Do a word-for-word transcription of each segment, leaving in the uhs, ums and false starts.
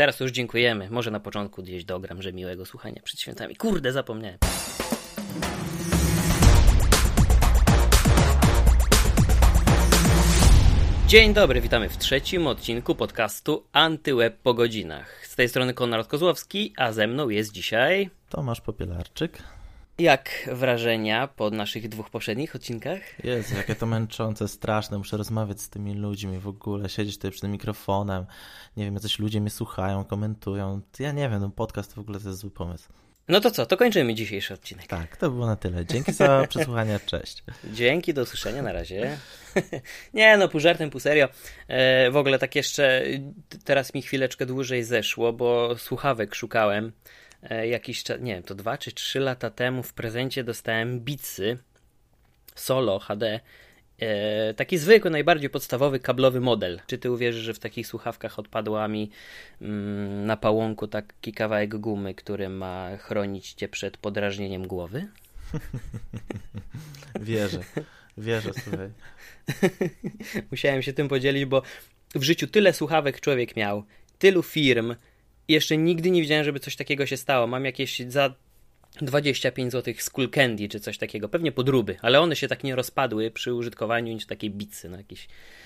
Teraz już dziękujemy. Może na początku gdzieś dogram, że miłego słuchania przed świętami. Kurde, zapomniałem. Dzień dobry, witamy w trzecim odcinku podcastu Antyweb po godzinach. Z tej strony Konrad Kozłowski, a ze mną jest dzisiaj... Tomasz Popielarczyk. Jak wrażenia po naszych dwóch poprzednich odcinkach? Jezu, jakie to męczące, straszne. Muszę rozmawiać z tymi ludźmi w ogóle, siedzieć tutaj przed tym mikrofonem. Nie wiem, jacyś ludzie mnie słuchają, komentują. Ja nie wiem, no podcast w ogóle to jest zły pomysł. No to co, to kończymy dzisiejszy odcinek. Tak, to było na tyle. Dzięki za przesłuchanie, cześć. Dzięki, do usłyszenia, na razie. Nie no, pół żartem, pół serio. E, w ogóle tak jeszcze, teraz mi chwileczkę dłużej zeszło, bo słuchawek szukałem. E, jakiś czas, nie wiem, to dwa czy trzy lata temu w prezencie dostałem Beatsy Solo H D. E, taki zwykły, najbardziej podstawowy kablowy model. Czy ty uwierzysz, że w takich słuchawkach odpadła mi mm, na pałąku taki kawałek gumy, który ma chronić cię przed podrażnieniem głowy? Wierzę, wierzę, słuchaj. Musiałem się tym podzielić, bo w życiu tyle słuchawek człowiek miał, tylu firm, i jeszcze nigdy nie widziałem, żeby coś takiego się stało. Mam jakieś za dwadzieścia pięć złotych Skull Candy czy coś takiego, pewnie podróby, ale one się tak nie rozpadły przy użytkowaniu niż takiej Beatsy, no jakiś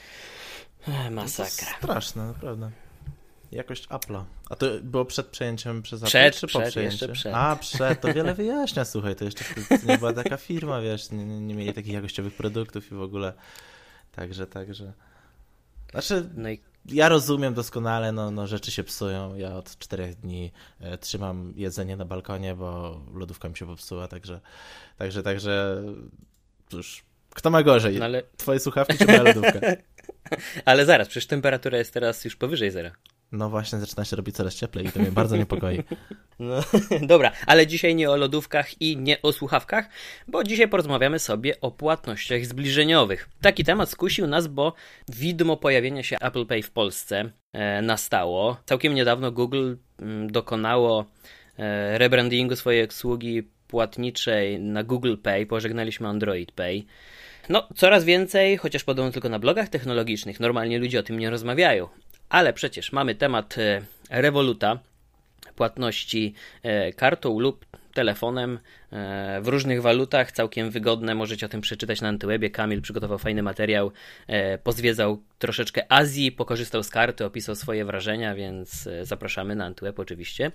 masakra. Straszne, naprawdę. Jakość Apple'a. A to było przed przejęciem przez Apple, przed, czy po przed, przejęciu? Jeszcze przed. A, przed, to wiele wyjaśnia, słuchaj, to jeszcze to nie była taka firma, wiesz, nie, nie mieli takich jakościowych produktów i w ogóle. Także, także. Znaczy, no i... ja rozumiem doskonale, no, no rzeczy się psują. Ja od czterech dni e, trzymam jedzenie na balkonie, bo lodówka mi się popsuła, także, także, także, cóż, kto ma gorzej? No ale... Twoje słuchawki czy moja lodówka? Ale zaraz, przecież temperatura jest teraz już powyżej zera. No właśnie, zaczyna się robić coraz cieplej i to mnie bardzo niepokoi. No, dobra, ale dzisiaj nie o lodówkach i nie o słuchawkach, bo dzisiaj porozmawiamy sobie o płatnościach zbliżeniowych. Taki temat skusił nas, bo widmo pojawienia się Apple Pay w Polsce e, nastało. Całkiem niedawno Google m, dokonało e, rebrandingu swojej usługi płatniczej na Google Pay, pożegnaliśmy Android Pay. No, coraz więcej, chociaż podobno tylko na blogach technologicznych, normalnie ludzie o tym nie rozmawiają. Ale przecież mamy temat e, Revoluta, płatności e, kartą lub telefonem e, w różnych walutach, całkiem wygodne, możecie o tym przeczytać na Antywebie. Kamil przygotował fajny materiał, e, pozwiedzał troszeczkę Azji, pokorzystał z karty, opisał swoje wrażenia, więc e, zapraszamy na Antyweb oczywiście.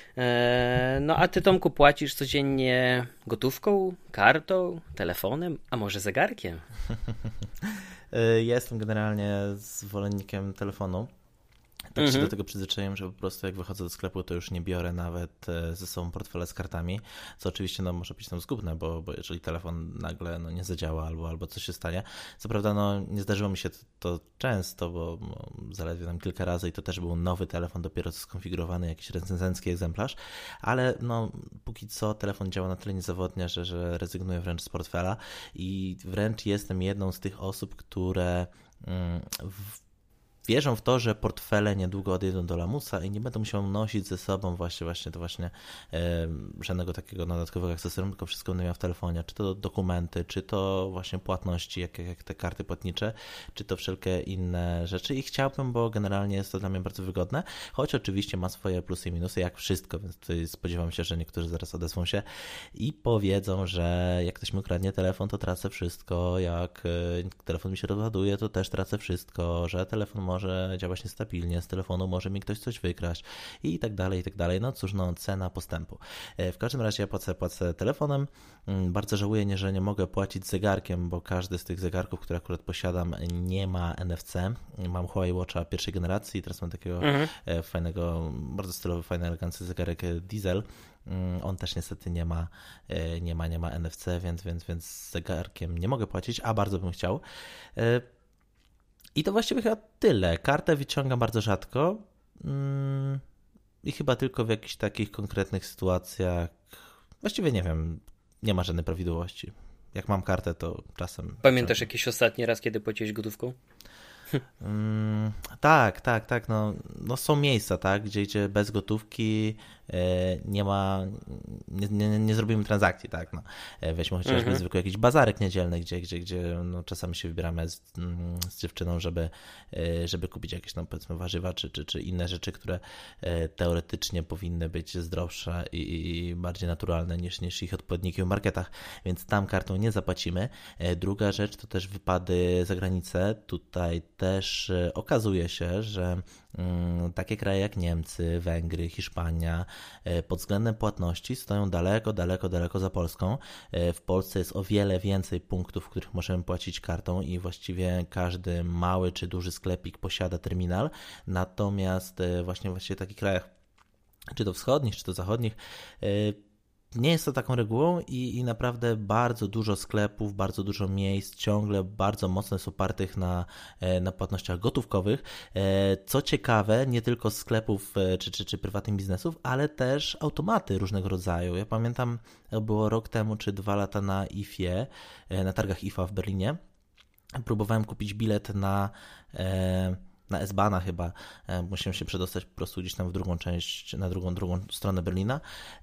E, no a ty, Tomku, płacisz codziennie gotówką, kartą, telefonem, a może zegarkiem? Ja jestem generalnie zwolennikiem telefonu. Tak się Mhm. do tego przyzwyczaiłem, że po prostu jak wychodzę do sklepu, to już nie biorę nawet ze sobą portfela z kartami, co oczywiście no, może być tam zgubne, bo, bo jeżeli telefon nagle no, nie zadziała albo, albo coś się stanie. Co prawda no, nie zdarzyło mi się to, to często, bo no, zaledwie tam kilka razy i to też był nowy telefon, dopiero co skonfigurowany, jakiś recenzencki egzemplarz, ale no, póki co telefon działa na tyle niezawodnie, że, że rezygnuję wręcz z portfela i wręcz jestem jedną z tych osób, które mm, w wierzą w to, że portfele niedługo odejdą do lamusa i nie będą musiał nosić ze sobą właśnie, właśnie to właśnie e, żadnego takiego dodatkowego akcesorium, tylko wszystko będę miał w telefonie, czy to dokumenty, czy to właśnie płatności, jak, jak te karty płatnicze, czy to wszelkie inne rzeczy i chciałbym, bo generalnie jest to dla mnie bardzo wygodne, choć oczywiście ma swoje plusy i minusy, jak wszystko, więc tutaj spodziewam się, że niektórzy zaraz odezwą się i powiedzą, że jak ktoś mi ukradnie telefon, to tracę wszystko, jak telefon mi się rozładuje, to też tracę wszystko, że telefon może może działać niestabilnie, z telefonu może mi ktoś coś wykraść i tak dalej, i tak dalej. No cóż, no cena postępu. W każdym razie ja płacę, płacę telefonem. Bardzo żałuję, że nie mogę płacić zegarkiem, bo każdy z tych zegarków, które akurat posiadam, nie ma N F C. Mam Huawei Watcha pierwszej generacji i teraz mam takiego mhm. fajnego, bardzo stylowy, fajny, elegancki zegarek Diesel. On też niestety nie ma, nie ma, nie ma N F C, więc, więc, więc zegarkiem nie mogę płacić, a bardzo bym chciał. I to właściwie chyba tyle. Kartę wyciągam bardzo rzadko i chyba tylko w jakichś takich konkretnych sytuacjach. Właściwie nie wiem, nie ma żadnej prawidłowości. Jak mam kartę, to czasem... Pamiętasz jakiś ostatni raz, kiedy płaciłeś gotówką? Mm, tak, tak, tak. No, no są miejsca, tak, gdzie, gdzie bez gotówki e, nie ma, nie, nie, nie zrobimy transakcji, tak. No. E, weźmy chociażby mhm. zwykły jakiś bazarek niedzielny, gdzie, gdzie, gdzie no, czasami się wybieramy z, z dziewczyną, żeby, e, żeby kupić jakieś, no, powiedzmy, warzywa czy, czy, czy inne rzeczy, które e, teoretycznie powinny być zdrowsze i, i bardziej naturalne niż, niż ich odpowiedniki w marketach, więc tam kartą nie zapłacimy. E, druga rzecz to też wypady za granicę. Tutaj też okazuje się, że takie kraje jak Niemcy, Węgry, Hiszpania pod względem płatności stoją daleko, daleko, daleko za Polską. W Polsce jest o wiele więcej punktów, w których możemy płacić kartą i właściwie każdy mały czy duży sklepik posiada terminal. Natomiast właśnie, właśnie w takich krajach, czy to wschodnich, czy to zachodnich, nie jest to taką regułą i, i naprawdę bardzo dużo sklepów, bardzo dużo miejsc ciągle bardzo mocno jest opartych na, na płatnościach gotówkowych. Co ciekawe, nie tylko sklepów czy, czy, czy prywatnych biznesów, ale też automaty różnego rodzaju. Ja pamiętam, było rok temu czy dwa lata na I F ie, na targach I F A w Berlinie. Próbowałem kupić bilet na... na S-Bahna chyba, musiałem się przedostać po prostu gdzieś tam w drugą część, na drugą, drugą stronę Berlina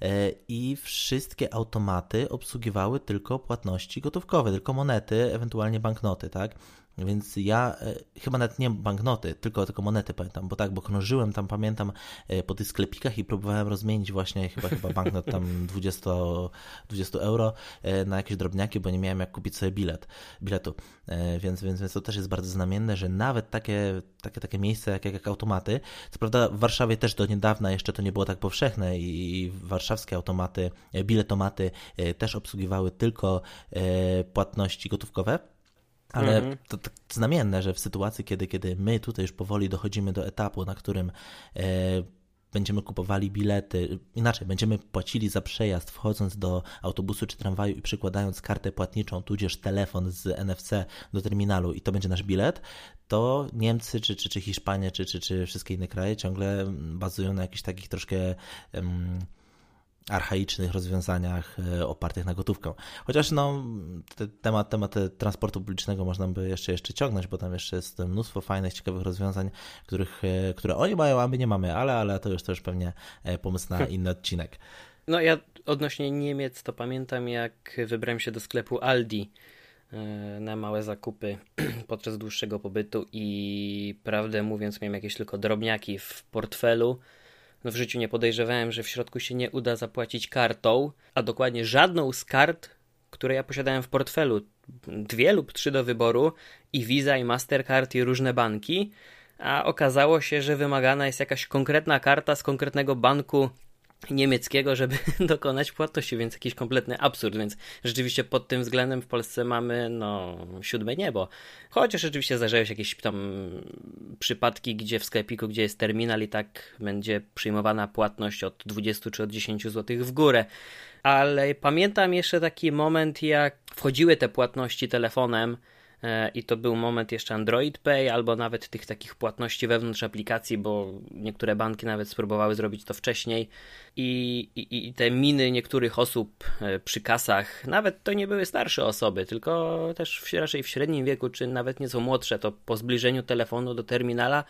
i wszystkie automaty obsługiwały tylko płatności gotówkowe, tylko monety, ewentualnie banknoty, tak? Więc ja e, chyba nawet nie banknoty, tylko, tylko monety pamiętam, bo tak, bo krążyłem tam, pamiętam, e, po tych sklepikach i próbowałem rozmienić właśnie chyba, chyba banknot tam dwadzieścia euro e, na jakieś drobniaki, bo nie miałem jak kupić sobie bilet, biletu, e, więc, więc, więc to też jest bardzo znamienne, że nawet takie, takie, takie miejsca jak, jak automaty, co prawda w Warszawie też do niedawna jeszcze to nie było tak powszechne i, i warszawskie automaty, e, biletomaty e, też obsługiwały tylko e, płatności gotówkowe. Ale mm-hmm. to, to znamienne, że w sytuacji, kiedy, kiedy my tutaj już powoli dochodzimy do etapu, na którym e, będziemy kupowali bilety, inaczej, będziemy płacili za przejazd wchodząc do autobusu czy tramwaju i przykładając kartę płatniczą, tudzież telefon z N F C do terminalu i to będzie nasz bilet, to Niemcy, czy, czy, czy Hiszpania, czy, czy, czy wszystkie inne kraje ciągle bazują na jakichś takich troszkę... Um, archaicznych rozwiązaniach opartych na gotówkę. Chociaż no, te, temat, temat transportu publicznego można by jeszcze, jeszcze ciągnąć, bo tam jeszcze jest mnóstwo fajnych, ciekawych rozwiązań, których, które oni mają, a my nie mamy, ale, ale to już to już pewnie pomysł na inny odcinek. No ja odnośnie Niemiec to pamiętam, jak wybrałem się do sklepu Aldi na małe zakupy podczas dłuższego pobytu i prawdę mówiąc miałem jakieś tylko drobniaki w portfelu. No w życiu nie podejrzewałem, że w środku się nie uda zapłacić kartą, a dokładnie żadną z kart, które ja posiadałem w portfelu. Dwie lub trzy do wyboru i Visa, i Mastercard, i różne banki, a okazało się, że wymagana jest jakaś konkretna karta z konkretnego banku niemieckiego, żeby dokonać płatności, więc jakiś kompletny absurd, więc rzeczywiście pod tym względem w Polsce mamy no siódme niebo. Chociaż rzeczywiście zdarzają się jakieś tam przypadki, gdzie w sklepiku, gdzie jest terminal i tak będzie przyjmowana płatność od dwudziestu czy od dziesięciu złotych w górę. Ale pamiętam jeszcze taki moment, jak wchodziły te płatności telefonem i to był moment jeszcze Android Pay albo nawet tych takich płatności wewnątrz aplikacji, bo niektóre banki nawet spróbowały zrobić to wcześniej i, i, i te miny niektórych osób przy kasach, nawet to nie były starsze osoby, tylko też w, raczej w średnim wieku, czy nawet nieco młodsze, to po zbliżeniu telefonu do terminala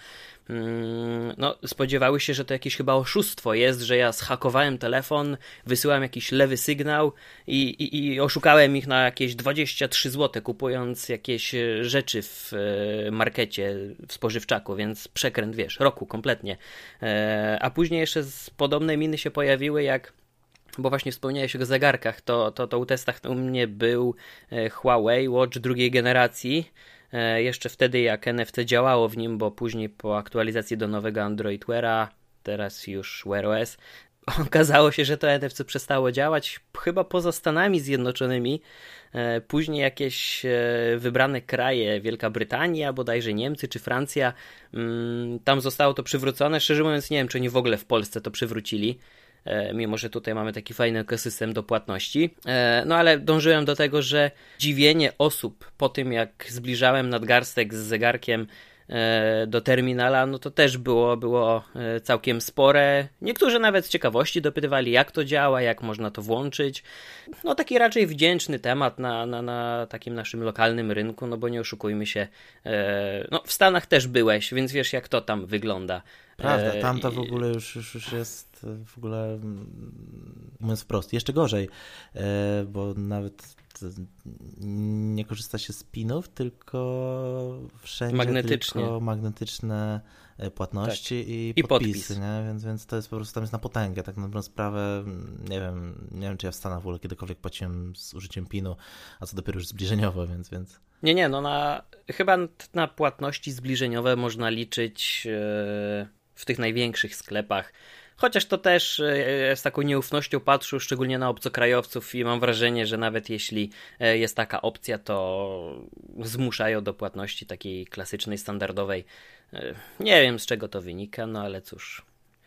no, spodziewały się, że to jakieś chyba oszustwo jest, że ja zhakowałem telefon, wysyłałem jakiś lewy sygnał i, i, i oszukałem ich na jakieś dwadzieścia trzy złote, kupując jakieś rzeczy w markecie, w spożywczaku, więc przekręt, wiesz, roku kompletnie. A później jeszcze z podobne miny się pojawiły, jak bo właśnie wspomniałeś o zegarkach, to, to, to u testach u mnie był Huawei Watch drugiej generacji, jeszcze wtedy jak N F C działało w nim, bo później po aktualizacji do nowego Android Weara, teraz już Wear O S, okazało się, że to N F C przestało działać, chyba poza Stanami Zjednoczonymi. Później jakieś wybrane kraje, Wielka Brytania, bodajże Niemcy czy Francja, tam zostało to przywrócone. Szczerze mówiąc nie wiem, czy oni w ogóle w Polsce to przywrócili, mimo że tutaj mamy taki fajny ekosystem do płatności. No ale dążyłem do tego, że dziwienie osób po tym, jak zbliżałem nadgarstek z zegarkiem do terminala, no to też było, było całkiem spore. Niektórzy nawet z ciekawości dopytywali, jak to działa, jak można to włączyć. No taki raczej wdzięczny temat na, na, na takim naszym lokalnym rynku, no bo nie oszukujmy się, no w Stanach też byłeś, więc wiesz, jak to tam wygląda. Prawda, tam to w ogóle już, już, już jest w ogóle, mówiąc wprost, jeszcze gorzej, bo nawet nie korzysta się z pinów, tylko wszędzie magnetycznie. tylko magnetyczne płatności tak. i, I podpisy, podpis. nie? Więc, więc to jest po prostu tam jest na potęgę, tak na dobrą sprawę, nie wiem, nie wiem czy ja w Stanach w ogóle kiedykolwiek płaciłem z użyciem pinu, a co dopiero już zbliżeniowo, więc... więc... Nie, nie, no na, chyba na płatności zbliżeniowe można liczyć w tych największych sklepach. Chociaż to też z taką nieufnością patrzę, szczególnie na obcokrajowców i mam wrażenie, że nawet jeśli jest taka opcja, to zmuszają do płatności takiej klasycznej, standardowej. Nie wiem, z czego to wynika, no ale cóż.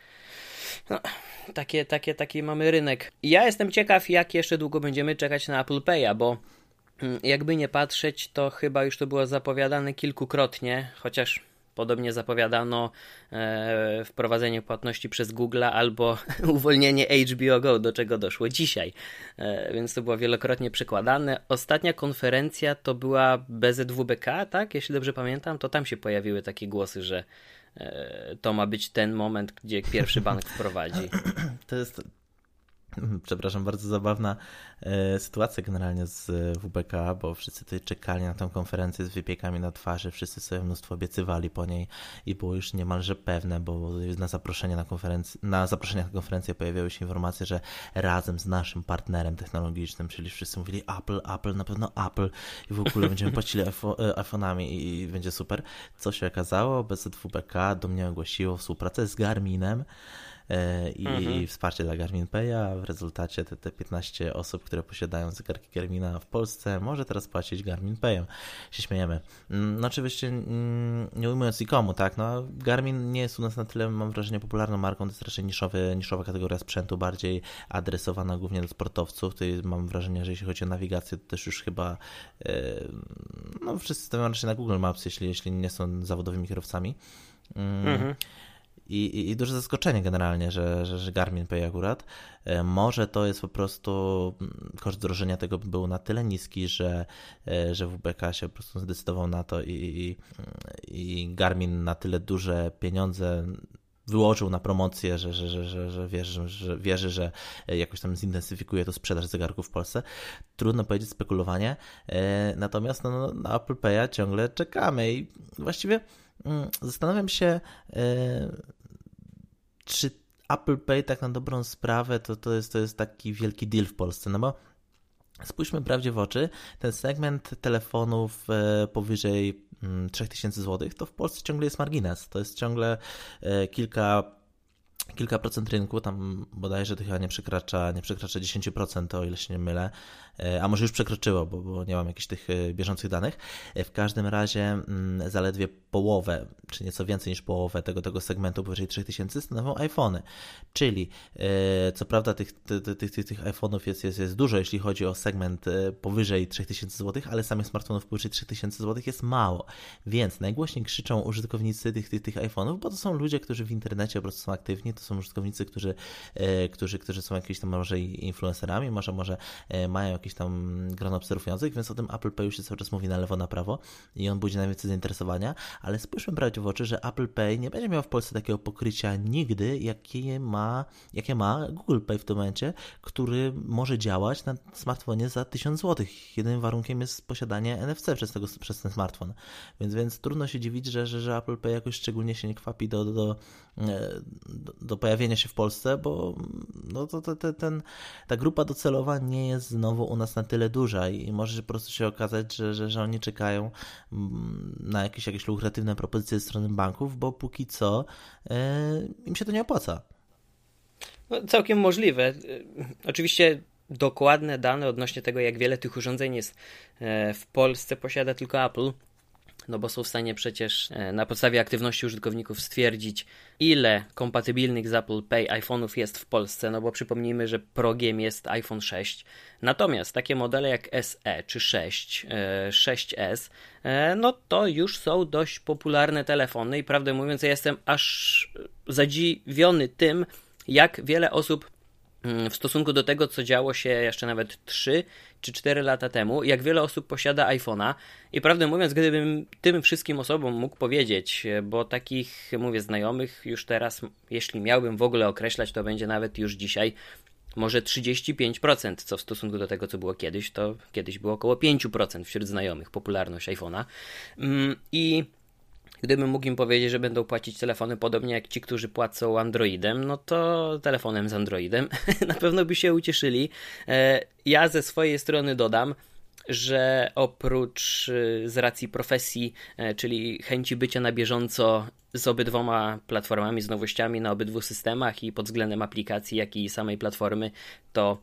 No, takie, takie, taki mamy rynek. Ja jestem ciekaw, jak jeszcze długo będziemy czekać na Apple Pay'a, bo jakby nie patrzeć, to chyba już to było zapowiadane kilkukrotnie, chociaż podobnie zapowiadano e, wprowadzenie płatności przez Google'a albo uwolnienie H B O Go, do czego doszło dzisiaj. E, więc to było wielokrotnie przekładane. Ostatnia konferencja to była B Z W B K, tak? Jeśli dobrze pamiętam, to tam się pojawiły takie głosy, że e, to ma być ten moment, gdzie pierwszy bank wprowadzi. To jest... Przepraszam, bardzo zabawna e, sytuacja generalnie z W B K, bo wszyscy tutaj czekali na tę konferencję z wypiekami na twarzy, wszyscy sobie mnóstwo obiecywali po niej i było już niemalże pewne, bo na zaproszenie na konferencję, na zaproszenie na konferencję pojawiały się informacje, że razem z naszym partnerem technologicznym, czyli wszyscy mówili Apple, Apple, na pewno Apple i w ogóle będziemy płacili iPhone'ami i będzie super. Co się okazało? B Z W B K do mnie ogłosiło współpracę z Garminem i mhm. wsparcie dla Garmin Pay'a. W rezultacie te, te piętnaście osób, które posiadają zegarki Garmina w Polsce, może teraz płacić Garmin Pay'em. Się śmiejemy. No oczywiście nie ujmując nikomu, tak, no Garmin nie jest u nas na tyle, mam wrażenie, popularną marką, to jest raczej niszowy, niszowa kategoria sprzętu, bardziej adresowana głównie do sportowców. Tutaj mam wrażenie, że jeśli chodzi o nawigację, to też już chyba no wszyscy stawiają raczej na Google Maps, jeśli, jeśli nie są zawodowymi kierowcami. Mhm. I, i, I duże zaskoczenie generalnie, że, że, że Garmin Pay akurat. Może to jest po prostu koszt wdrożenia tego był na tyle niski, że, że W B K się po prostu zdecydował na to i, i, i Garmin na tyle duże pieniądze wyłożył na promocję, że, że, że, że, że, wierzy, że wierzy, że jakoś tam zintensyfikuje to sprzedaż zegarków w Polsce. Trudno powiedzieć, spekulowanie. Natomiast no, na Apple Pay'a ciągle czekamy i właściwie zastanawiam się, czy Apple Pay tak na dobrą sprawę to, to, jest, to jest taki wielki deal w Polsce, no bo spójrzmy prawdzie w oczy, ten segment telefonów powyżej trzy tysiące złotych to w Polsce ciągle jest margines, to jest ciągle kilka kilka procent rynku, tam bodajże to chyba nie przekracza, nie przekracza dziesięć procent, o ile się nie mylę, a może już przekroczyło, bo, bo nie mam jakichś tych bieżących danych. W każdym razie zaledwie połowę, czy nieco więcej niż połowę tego, tego segmentu powyżej trzy tysiące stanowią iPhony, czyli co prawda tych, tych, tych, tych, tych iPhone'ów jest, jest, jest dużo, jeśli chodzi o segment powyżej trzy tysiące złotych, ale samych smartfonów powyżej trzy tysiące złotych jest mało, więc najgłośniej krzyczą użytkownicy tych, tych, tych iPhone'ów, bo to są ludzie, którzy w internecie po prostu są aktywni, to są użytkownicy, którzy, którzy, którzy są jakimiś tam może influencerami, może, może mają jakieś tam grono obserwujących, więc o tym Apple Pay już się cały czas mówi na lewo, na prawo i on budzi najwięcej zainteresowania, ale spójrzmy prawdzie w oczy, że Apple Pay nie będzie miał w Polsce takiego pokrycia nigdy, jakie ma, jakie ma Google Pay w tym momencie, który może działać na smartfonie za tysiąc złotych. Jedynym warunkiem jest posiadanie N F C przez, tego, przez ten smartfon. Więc, więc trudno się dziwić, że, że, że Apple Pay jakoś szczególnie się nie kwapi do, do, do, do, do pojawienia się w Polsce, bo no to, to, to, ten, ta grupa docelowa nie jest znowu u nas na tyle duża i może po prostu się okazać, że, że, że oni czekają na jakieś, jakieś lukratywne propozycje ze strony banków, bo póki co e, im się to nie opłaca. No, całkiem możliwe. Oczywiście dokładne dane odnośnie tego, jak wiele tych urządzeń jest w Polsce, posiada tylko Apple. no bo są w stanie przecież na podstawie aktywności użytkowników stwierdzić, ile kompatybilnych z Apple Pay iPhone'ów jest w Polsce, no bo przypomnijmy, że progiem jest iPhone sześć. Natomiast takie modele jak S E czy sześć, sześć S, no to już są dość popularne telefony i prawdę mówiąc ja jestem aż zadziwiony tym, jak wiele osób w stosunku do tego, co działo się jeszcze nawet trzy czy cztery lata temu, jak wiele osób posiada iPhone'a i prawdę mówiąc, gdybym tym wszystkim osobom mógł powiedzieć, bo takich, mówię, znajomych już teraz, jeśli miałbym w ogóle określać, to będzie nawet już dzisiaj może trzydzieści pięć procent, co w stosunku do tego, co było kiedyś, to kiedyś było około pięć procent wśród znajomych popularność iPhone'a. I gdybym mógł im powiedzieć, że będą płacić telefony podobnie jak ci, którzy płacą Androidem, no to telefonem z Androidem na pewno by się ucieszyli. Ja ze swojej strony dodam, że oprócz z racji profesji, czyli chęci bycia na bieżąco z obydwoma platformami, z nowościami na obydwu systemach i pod względem aplikacji, jak i samej platformy, to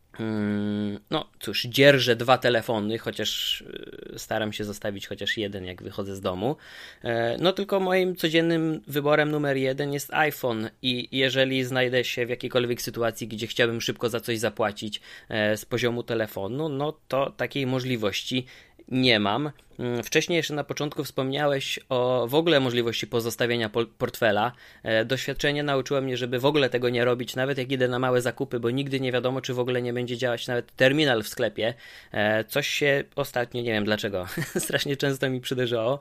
no cóż, dzierżę dwa telefony, chociaż staram się zostawić chociaż jeden, jak wychodzę z domu. No tylko moim codziennym wyborem numer jeden jest iPhone i jeżeli znajdę się w jakiejkolwiek sytuacji, gdzie chciałbym szybko za coś zapłacić z poziomu telefonu, no to takiej możliwości nie mam. Wcześniej jeszcze na początku wspomniałeś o w ogóle możliwości pozostawienia portfela. Doświadczenie nauczyło mnie, żeby w ogóle tego nie robić, nawet jak idę na małe zakupy, bo nigdy nie wiadomo, czy w ogóle nie będzie działać nawet terminal w sklepie. Coś się ostatnio, nie wiem dlaczego, strasznie często mi przydarzało.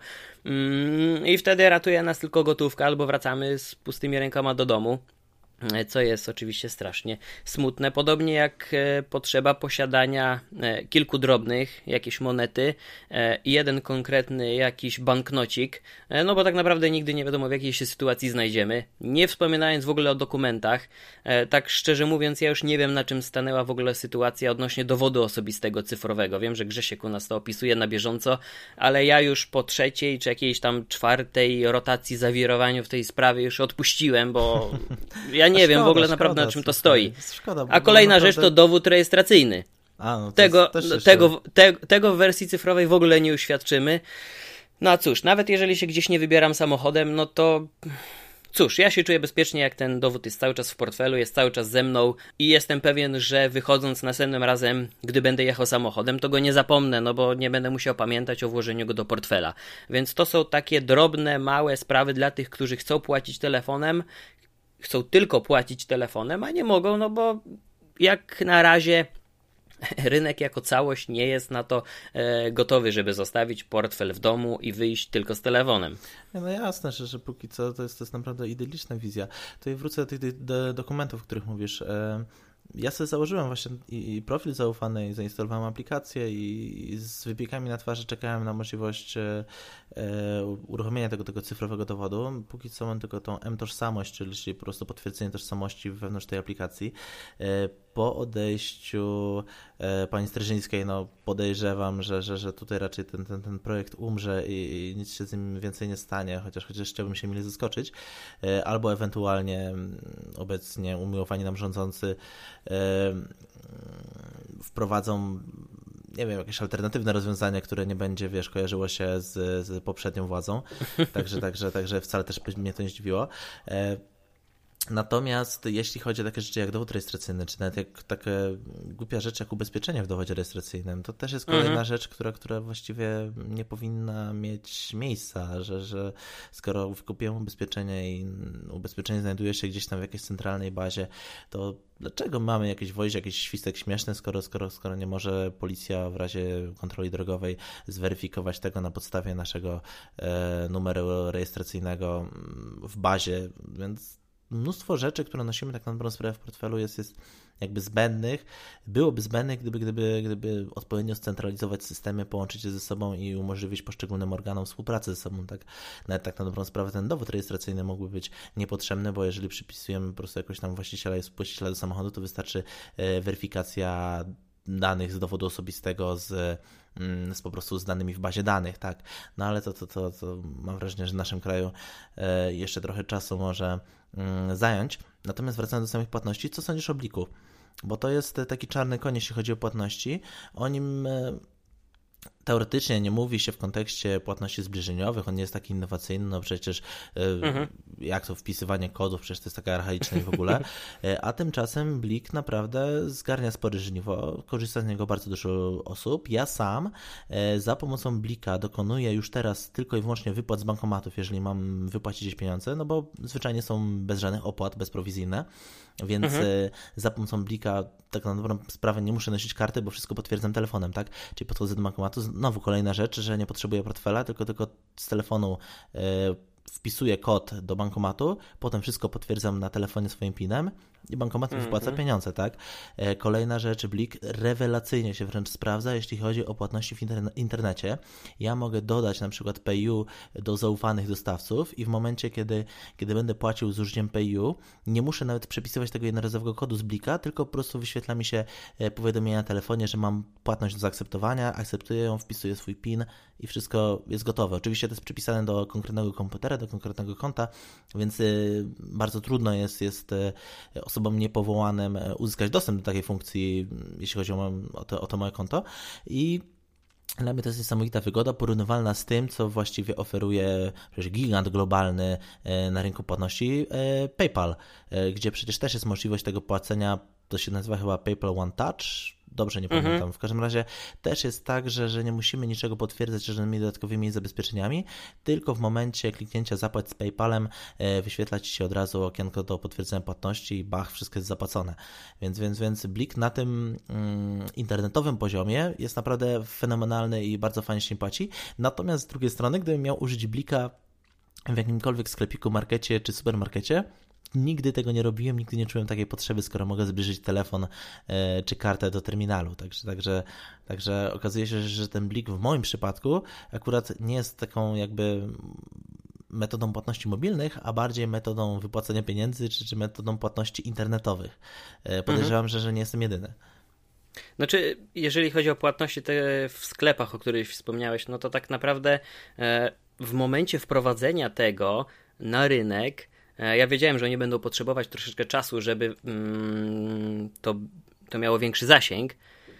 I wtedy ratuje nas tylko gotówka, albo wracamy z pustymi rękoma do domu, co jest oczywiście strasznie smutne. Podobnie jak potrzeba posiadania kilku drobnych, jakieś monety i jeden konkretny jakiś banknocik, no bo tak naprawdę nigdy nie wiadomo, w jakiej się sytuacji znajdziemy. Nie wspominając w ogóle o dokumentach, tak szczerze mówiąc, ja już nie wiem, na czym stanęła w ogóle sytuacja odnośnie dowodu osobistego cyfrowego. Wiem, że Grzesiek u nas to opisuje na bieżąco, ale ja już po trzeciej czy jakiejś tam czwartej rotacji, zawirowaniu w tej sprawie już odpuściłem, bo ja nie szkoda, wiem w ogóle szkoda, naprawdę na czym to stoi. Szkoda, A kolejna naprawdę... rzecz to dowód rejestracyjny. A, no to tego, jeszcze... tego, te, tego w wersji cyfrowej w ogóle nie uświadczymy. No a cóż, nawet jeżeli się gdzieś nie wybieram samochodem, no to cóż, ja się czuję bezpiecznie, jak ten dowód jest cały czas w portfelu, jest cały czas ze mną i jestem pewien, że wychodząc następnym razem, gdy będę jechał samochodem, to go nie zapomnę, no bo nie będę musiał pamiętać o włożeniu go do portfela. Więc to są takie drobne, małe sprawy dla tych, którzy chcą płacić telefonem, chcą tylko płacić telefonem, a nie mogą, no bo jak na razie rynek jako całość nie jest na to e, gotowy, żeby zostawić portfel w domu i wyjść tylko z telefonem. No jasne, że, że póki co to jest, to jest naprawdę idylliczna wizja. Tutaj wrócę do tych do dokumentów, o których mówisz. E, ja sobie założyłem właśnie i, i profil zaufany, i zainstalowałem aplikację i, i z wypiekami na twarzy czekałem na możliwość e, uruchomienia tego, tego cyfrowego dowodu. Póki co mam tylko tą M-tożsamość, czyli po prostu potwierdzenie tożsamości wewnątrz tej aplikacji. E, po odejściu e, pani Strzeżyńskiej, no podejrzewam, że, że, że tutaj raczej ten, ten, ten projekt umrze i, i nic się z nim więcej nie stanie, chociaż, chociaż chciałbym się mile zaskoczyć. E, albo ewentualnie obecnie umiłowani nam rządzący e, wprowadzą, nie wiem, jakieś alternatywne rozwiązanie, które nie będzie, wiesz, kojarzyło się z, z poprzednią władzą. Także, także, także wcale też mnie to nie zdziwiło. E, Natomiast jeśli chodzi o takie rzeczy jak dowód rejestracyjny, czy nawet jak takie głupia rzecz jak ubezpieczenie w dowodzie rejestracyjnym, to też jest kolejna mhm. rzecz, która, która właściwie nie powinna mieć miejsca, że, że skoro wykupiłem ubezpieczenie i ubezpieczenie znajduje się gdzieś tam w jakiejś centralnej bazie, to dlaczego mamy jakieś wozić, jakiś świstek śmieszny, skoro, skoro, skoro nie może policja w razie kontroli drogowej zweryfikować tego na podstawie naszego e, numeru rejestracyjnego w bazie, więc mnóstwo rzeczy, które nosimy tak na dobrą sprawę w portfelu jest, jest jakby zbędnych. Byłoby zbędnych, gdyby, gdyby, gdyby odpowiednio scentralizować systemy, połączyć je ze sobą i umożliwić poszczególnym organom współpracy ze sobą. Tak, nawet tak na dobrą sprawę ten dowód rejestracyjny mógłby być niepotrzebny, bo jeżeli przypisujemy po prostu jakoś tam właściciela i współwłaściciela do samochodu, to wystarczy weryfikacja danych z dowodu osobistego z z po prostu z danymi w bazie danych, tak. No ale to, to, to, to mam wrażenie, że w naszym kraju jeszcze trochę czasu może zająć. Natomiast wracając do samych płatności, co sądzisz o Bliku? Bo to jest taki czarny koń, jeśli chodzi o płatności. O nim teoretycznie nie mówi się w kontekście płatności zbliżeniowych, on nie jest taki innowacyjny, no przecież mhm. jak to wpisywanie kodów, przecież to jest taka archaiczne w ogóle, a tymczasem Blik naprawdę zgarnia spore żniwo, korzysta z niego bardzo dużo osób. Ja sam za pomocą Blika dokonuję już teraz tylko i wyłącznie wypłat z bankomatów, jeżeli mam wypłacić gdzieś pieniądze, no bo zwyczajnie są bez żadnych opłat, bezprowizyjne, więc mhm. za pomocą Blika tak na dobrą sprawę nie muszę nosić karty, bo wszystko potwierdzam telefonem, tak? Czyli podchodzę do bankomatu, znowu kolejna rzecz, że nie potrzebuję portfela, tylko tylko z telefonu yy, wpisuję kod do bankomatu, potem wszystko potwierdzam na telefonie swoim pinem i bankomat mi mm-hmm. wpłaca pieniądze, tak? Kolejna rzecz, Blik rewelacyjnie się wręcz sprawdza, jeśli chodzi o płatności w interne- internecie. Ja mogę dodać na przykład PayU do zaufanych dostawców i w momencie, kiedy, kiedy będę płacił z użyciem PayU, nie muszę nawet przepisywać tego jednorazowego kodu z Blika, tylko po prostu wyświetla mi się powiadomienie na telefonie, że mam płatność do zaakceptowania, akceptuję ją, wpisuję swój PIN i wszystko jest gotowe. Oczywiście to jest przypisane do konkretnego komputera, do konkretnego konta, więc bardzo trudno jest, jest osobom niepowołanym uzyskać dostęp do takiej funkcji, jeśli chodzi o, o, to, o to moje konto. I dla mnie to jest niesamowita wygoda, porównywalna z tym, co właściwie oferuje przecież gigant globalny na rynku płatności PayPal, gdzie przecież też jest możliwość tego płacenia, to się nazywa chyba PayPal One Touch, dobrze nie pamiętam. Mhm. W każdym razie też jest tak, że, że nie musimy niczego potwierdzać żadnymi dodatkowymi zabezpieczeniami, tylko w momencie kliknięcia zapłać z PayPalem wyświetla Ci się od razu okienko do potwierdzenia płatności i bach, wszystko jest zapłacone. Więc, więc, więc Blik na tym mm, internetowym poziomie jest naprawdę fenomenalny i bardzo fajnie się płaci. Natomiast z drugiej strony, gdybym miał użyć Blika w jakimkolwiek sklepiku, markecie czy supermarkecie, nigdy tego nie robiłem, nigdy nie czułem takiej potrzeby, skoro mogę zbliżyć telefon e, czy kartę do terminalu. Także, także, także okazuje się, że ten Blik w moim przypadku akurat nie jest taką jakby metodą płatności mobilnych, a bardziej metodą wypłacania pieniędzy czy, czy metodą płatności internetowych. E, podejrzewam, mhm. że, że nie jestem jedyny. Znaczy, jeżeli chodzi o płatności te w sklepach, o których wspomniałeś, no to tak naprawdę e, w momencie wprowadzenia tego na rynek ja wiedziałem, że oni będą potrzebować troszeczkę czasu, żeby mm, to, to miało większy zasięg.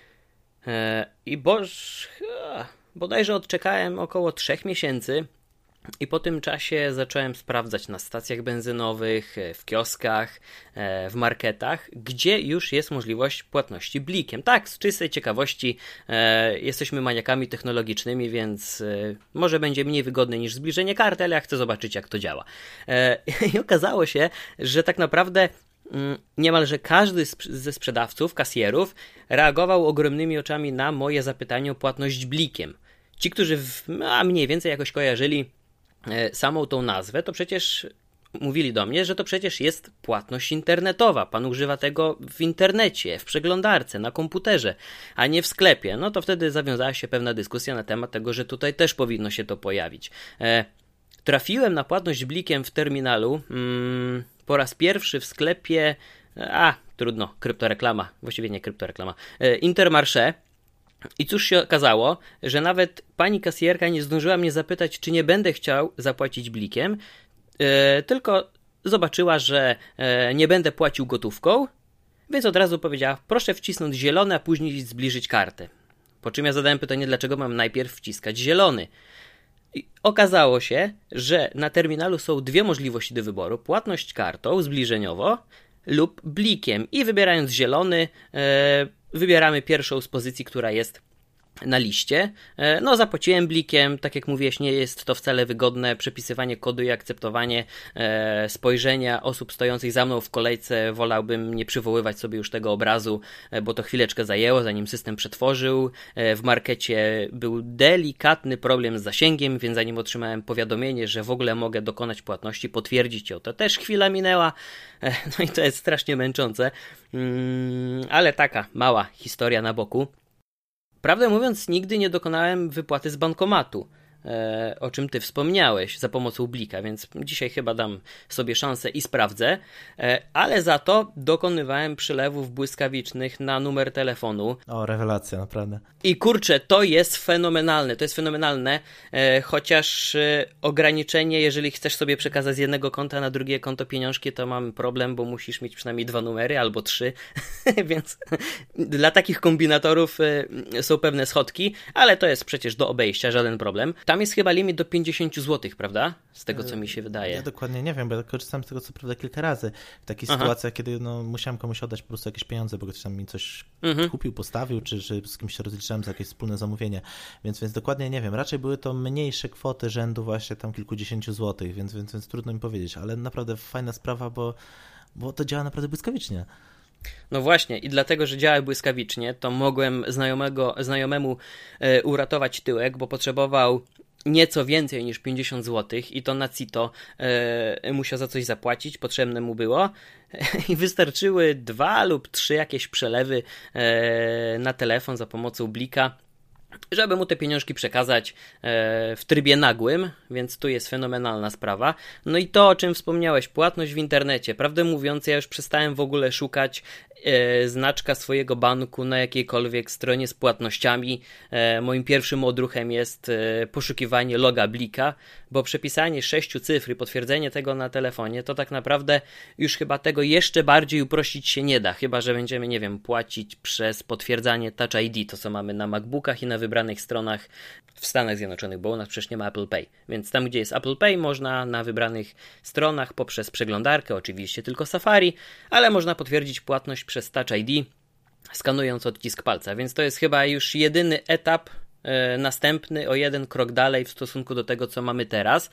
E, I boż, bodajże odczekałem około trzech miesięcy i po tym czasie zacząłem sprawdzać na stacjach benzynowych, w kioskach, w marketach, gdzie już jest możliwość płatności Blikiem. Tak, z czystej ciekawości e, jesteśmy maniakami technologicznymi, więc e, może będzie mniej wygodne niż zbliżenie karty, ale ja chcę zobaczyć, jak to działa. E, I okazało się, że tak naprawdę mm, niemalże każdy ze sprzedawców, kasjerów reagował ogromnymi oczami na moje zapytanie o płatność Blikiem. Ci, którzy w, a mniej więcej jakoś kojarzyli samą tą nazwę, to przecież mówili do mnie, że to przecież jest płatność internetowa. Pan używa tego w internecie, w przeglądarce, na komputerze, a nie w sklepie. No to wtedy zawiązała się pewna dyskusja na temat tego, że tutaj też powinno się to pojawić. E, trafiłem na płatność Blikiem w terminalu mm, po raz pierwszy w sklepie, a trudno, kryptoreklama, właściwie nie kryptoreklama, e, Intermarché. I cóż się okazało, że nawet pani kasjerka nie zdążyła mnie zapytać, czy nie będę chciał zapłacić Blikiem, yy, tylko zobaczyła, że yy, nie będę płacił gotówką, więc od razu powiedziała, proszę wcisnąć zielony, a później zbliżyć kartę. Po czym ja zadałem pytanie, dlaczego mam najpierw wciskać zielony. I okazało się, że na terminalu są dwie możliwości do wyboru, płatność kartą zbliżeniowo lub Blikiem i wybierając zielony, yy, wybieramy pierwszą z pozycji, która jest na liście. No, zapłaciłem Blikiem, tak jak mówiłeś, nie jest to wcale wygodne. Przepisywanie kodu i akceptowanie e, spojrzenia osób stojących za mną w kolejce. Wolałbym nie przywoływać sobie już tego obrazu, e, bo to chwileczkę zajęło, zanim system przetworzył. E, w markecie był delikatny problem z zasięgiem, więc zanim otrzymałem powiadomienie, że w ogóle mogę dokonać płatności, potwierdzić ją, to też chwila minęła. E, no i to jest strasznie męczące. Mm, ale taka mała historia na boku. Prawdę mówiąc, nigdy nie dokonałem wypłaty z bankomatu, e, o czym ty wspomniałeś, za pomocą Blika, więc dzisiaj chyba dam sobie szansę i sprawdzę, e, ale za to dokonywałem przelewów błyskawicznych na numer telefonu. O, rewelacja, naprawdę. I kurczę, to jest fenomenalne, to jest fenomenalne, e, chociaż e, ograniczenie, jeżeli chcesz sobie przekazać z jednego konta na drugie konto pieniążki, to mamy problem, bo musisz mieć przynajmniej dwa numery albo trzy, więc dla takich kombinatorów e, są pewne schodki, ale to jest przecież do obejścia, żaden problem. Tam jest chyba limit do pięćdziesiąt złotych, prawda? Z tego, co mi się wydaje. Ja dokładnie nie wiem, bo ja korzystałem z tego co prawda kilka razy. W takich Aha. sytuacjach, kiedy no, musiałem komuś oddać po prostu jakieś pieniądze, bo ktoś tam mi coś mhm. kupił, postawił, czy że z kimś się rozliczałem za jakieś wspólne zamówienie. Więc, więc dokładnie nie wiem. Raczej były to mniejsze kwoty rzędu właśnie tam kilkudziesięciu złotych, więc, więc, więc trudno mi powiedzieć. Ale naprawdę fajna sprawa, bo, bo to działa naprawdę błyskawicznie. No właśnie i dlatego, że działa błyskawicznie, to mogłem znajomego, znajomemu e, uratować tyłek, bo potrzebował nieco więcej niż pięćdziesiąt złotych i to na Cito e, musiał za coś zapłacić, potrzebne mu było i wystarczyły dwa lub trzy jakieś przelewy e, na telefon za pomocą Blika, żeby mu te pieniążki przekazać e, w trybie nagłym, więc tu jest fenomenalna sprawa. No i to, o czym wspomniałeś, płatność w internecie. Prawdę mówiąc, ja już przestałem w ogóle szukać e, znaczka swojego banku na jakiejkolwiek stronie z płatnościami. E, moim pierwszym odruchem jest e, poszukiwanie loga Blika, bo przepisanie sześciu cyfr i potwierdzenie tego na telefonie, to tak naprawdę już chyba tego jeszcze bardziej uprościć się nie da, chyba że będziemy, nie wiem, płacić przez potwierdzanie Touch I D, to co mamy na MacBookach i na wybranych stronach w Stanach Zjednoczonych, bo u nas przecież nie ma Apple Pay. Więc tam, gdzie jest Apple Pay, można na wybranych stronach poprzez przeglądarkę, oczywiście tylko Safari, ale można potwierdzić płatność przez Touch I D, skanując odcisk palca. Więc to jest chyba już jedyny etap e, następny, o jeden krok dalej w stosunku do tego, co mamy teraz.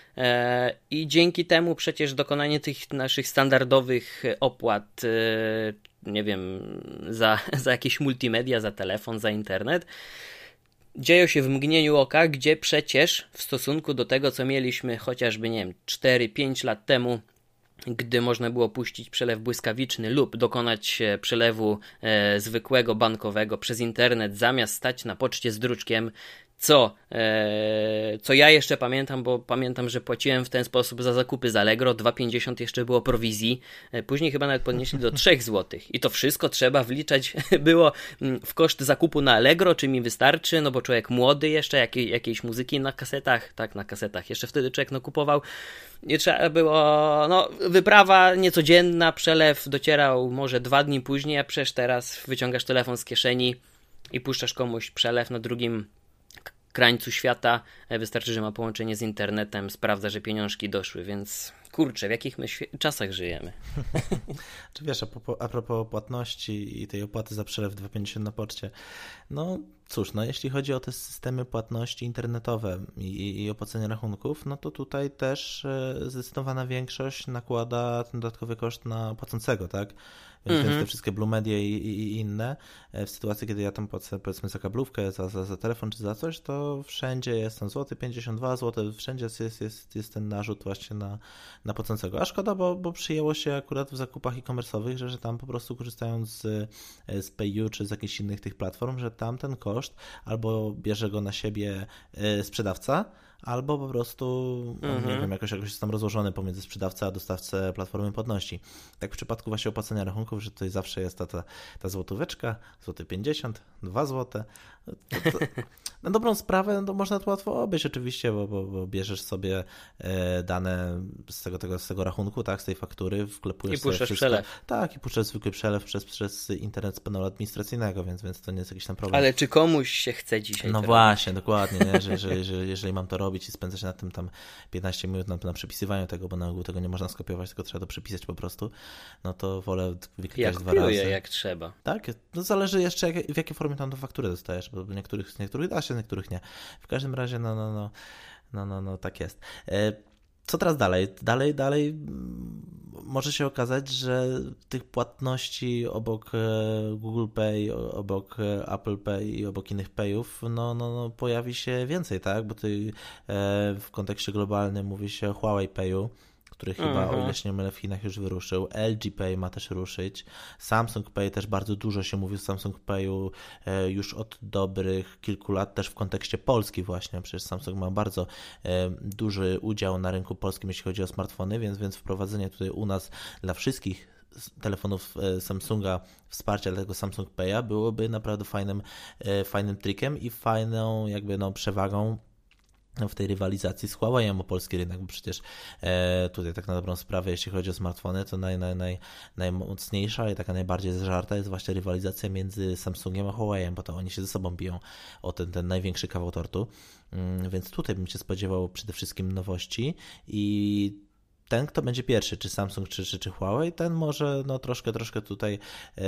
E, I dzięki temu przecież dokonanie tych naszych standardowych opłat, e, nie wiem, za, za jakieś multimedia, za telefon, za internet, dzieją się w mgnieniu oka, gdzie przecież w stosunku do tego, co mieliśmy chociażby, nie wiem, cztery pięć lat temu, gdy można było puścić przelew błyskawiczny lub dokonać przelewu e, zwykłego bankowego przez internet, zamiast stać na poczcie z druczkiem, co, e, co ja jeszcze pamiętam, bo pamiętam, że płaciłem w ten sposób za zakupy z Allegro, dwa pięćdziesiąt jeszcze było prowizji, e, później chyba nawet podnieśli do trzy złotych i to wszystko trzeba wliczać było w koszt zakupu na Allegro, czy mi wystarczy, no bo człowiek młody jeszcze, jakiej, jakiejś muzyki na kasetach, tak, na kasetach, jeszcze wtedy człowiek no kupował, nie trzeba było, no wyprawa niecodzienna, przelew docierał może dwa dni później, a przecież teraz wyciągasz telefon z kieszeni i puszczasz komuś przelew na drugim krańcu świata, wystarczy, że ma połączenie z internetem, sprawdza, że pieniążki doszły, więc kurczę, w jakich my świe- czasach żyjemy. Czy wiesz, a, po, a propos płatności i tej opłaty za przelew dwa pięćdziesiąt na poczcie, no cóż, no jeśli chodzi o te systemy płatności internetowe i, i opłacenie rachunków, no to tutaj też e, zdecydowana większość nakłada ten dodatkowy koszt na płacącego, tak? Więc, mm-hmm. więc te wszystkie Blue Media i, i, i inne, w sytuacji, kiedy ja tam płacę powiedzmy za kablówkę, za, za, za telefon czy za coś, to wszędzie jest ten złoty, pięćdziesiąt dwa złote, wszędzie jest, jest, jest ten narzut właśnie na, na płacącego. A szkoda, bo, bo przyjęło się akurat w zakupach e-commerce'owych, że, że tam po prostu korzystając z, z PayU czy z jakichś innych tych platform, że tam ten koszt albo bierze go na siebie sprzedawca, albo po prostu, mm-hmm. nie wiem, jakoś, jakoś jest tam rozłożony pomiędzy sprzedawcą a dostawcę platformy płatności. Tak w przypadku właśnie opłacenia rachunków, że tutaj zawsze jest ta, ta, ta złotóweczka, złoty pięćdziesiąt, dwa złote. To, to, na dobrą sprawę no, można to łatwo obejść oczywiście, bo, bo, bo bierzesz sobie e, dane z tego, tego, z tego rachunku, tak, z tej faktury, wklepujesz i puszczasz wszystko. Przelew. Tak, i puszczasz zwykły przelew przez, przez internet z panelu administracyjnego, więc, więc to nie jest jakiś tam problem. Ale czy komuś się chce dzisiaj No właśnie, robić? Dokładnie, nie? Że, że, że jeżeli mam to robić i spędzać na tym tam piętnaście minut na, na przepisywaniu tego, bo na ogół tego nie można skopiować, tylko trzeba to przepisać po prostu, no to wolę wyklikać dwa razy. Jak jak trzeba. Tak, no zależy jeszcze jak, w jakiej formie tam do faktury dostajesz, bo niektórych, z niektórych da się, z niektórych nie. W każdym razie, no, no, no, no, no, no tak jest. Co teraz dalej? Dalej, dalej może się okazać, że tych płatności obok Google Pay, obok Apple Pay i obok innych payów, no, no, no pojawi się więcej, tak? Bo tutaj w kontekście globalnym mówi się o Huawei Payu, który chyba, mhm. o ile się nie mylę, w Chinach już wyruszył. L G Pay ma też ruszyć. Samsung Pay też bardzo dużo się mówi o Samsung Payu już od dobrych kilku lat, też w kontekście Polski właśnie. Przecież Samsung ma bardzo duży udział na rynku polskim, jeśli chodzi o smartfony, więc, więc wprowadzenie tutaj u nas dla wszystkich telefonów Samsunga wsparcia dla tego Samsung Pay'a byłoby naprawdę fajnym, fajnym trikiem i fajną jakby no przewagą w tej rywalizacji z Huawei'em o polski rynek, bo przecież e, tutaj tak na dobrą sprawę, jeśli chodzi o smartfony, to naj, naj, naj, najmocniejsza i taka najbardziej zżarta jest właśnie rywalizacja między Samsungiem a Huawei'em, bo to oni się ze sobą biją o ten, ten największy kawał tortu, mm, więc tutaj bym się spodziewał przede wszystkim nowości i ten, kto będzie pierwszy, czy Samsung, czy, czy, czy Huawei, ten może no, troszkę, troszkę tutaj e,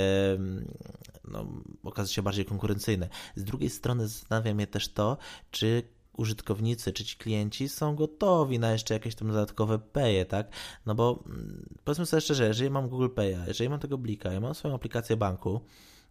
no, okazać się bardziej konkurencyjny. Z drugiej strony zastanawia mnie też to, czy użytkownicy, czy ci klienci są gotowi na jeszcze jakieś tam dodatkowe paye, tak? No bo powiedzmy sobie szczerze, jeżeli mam Google Pay'a, jeżeli mam tego Blika, ja mam swoją aplikację banku,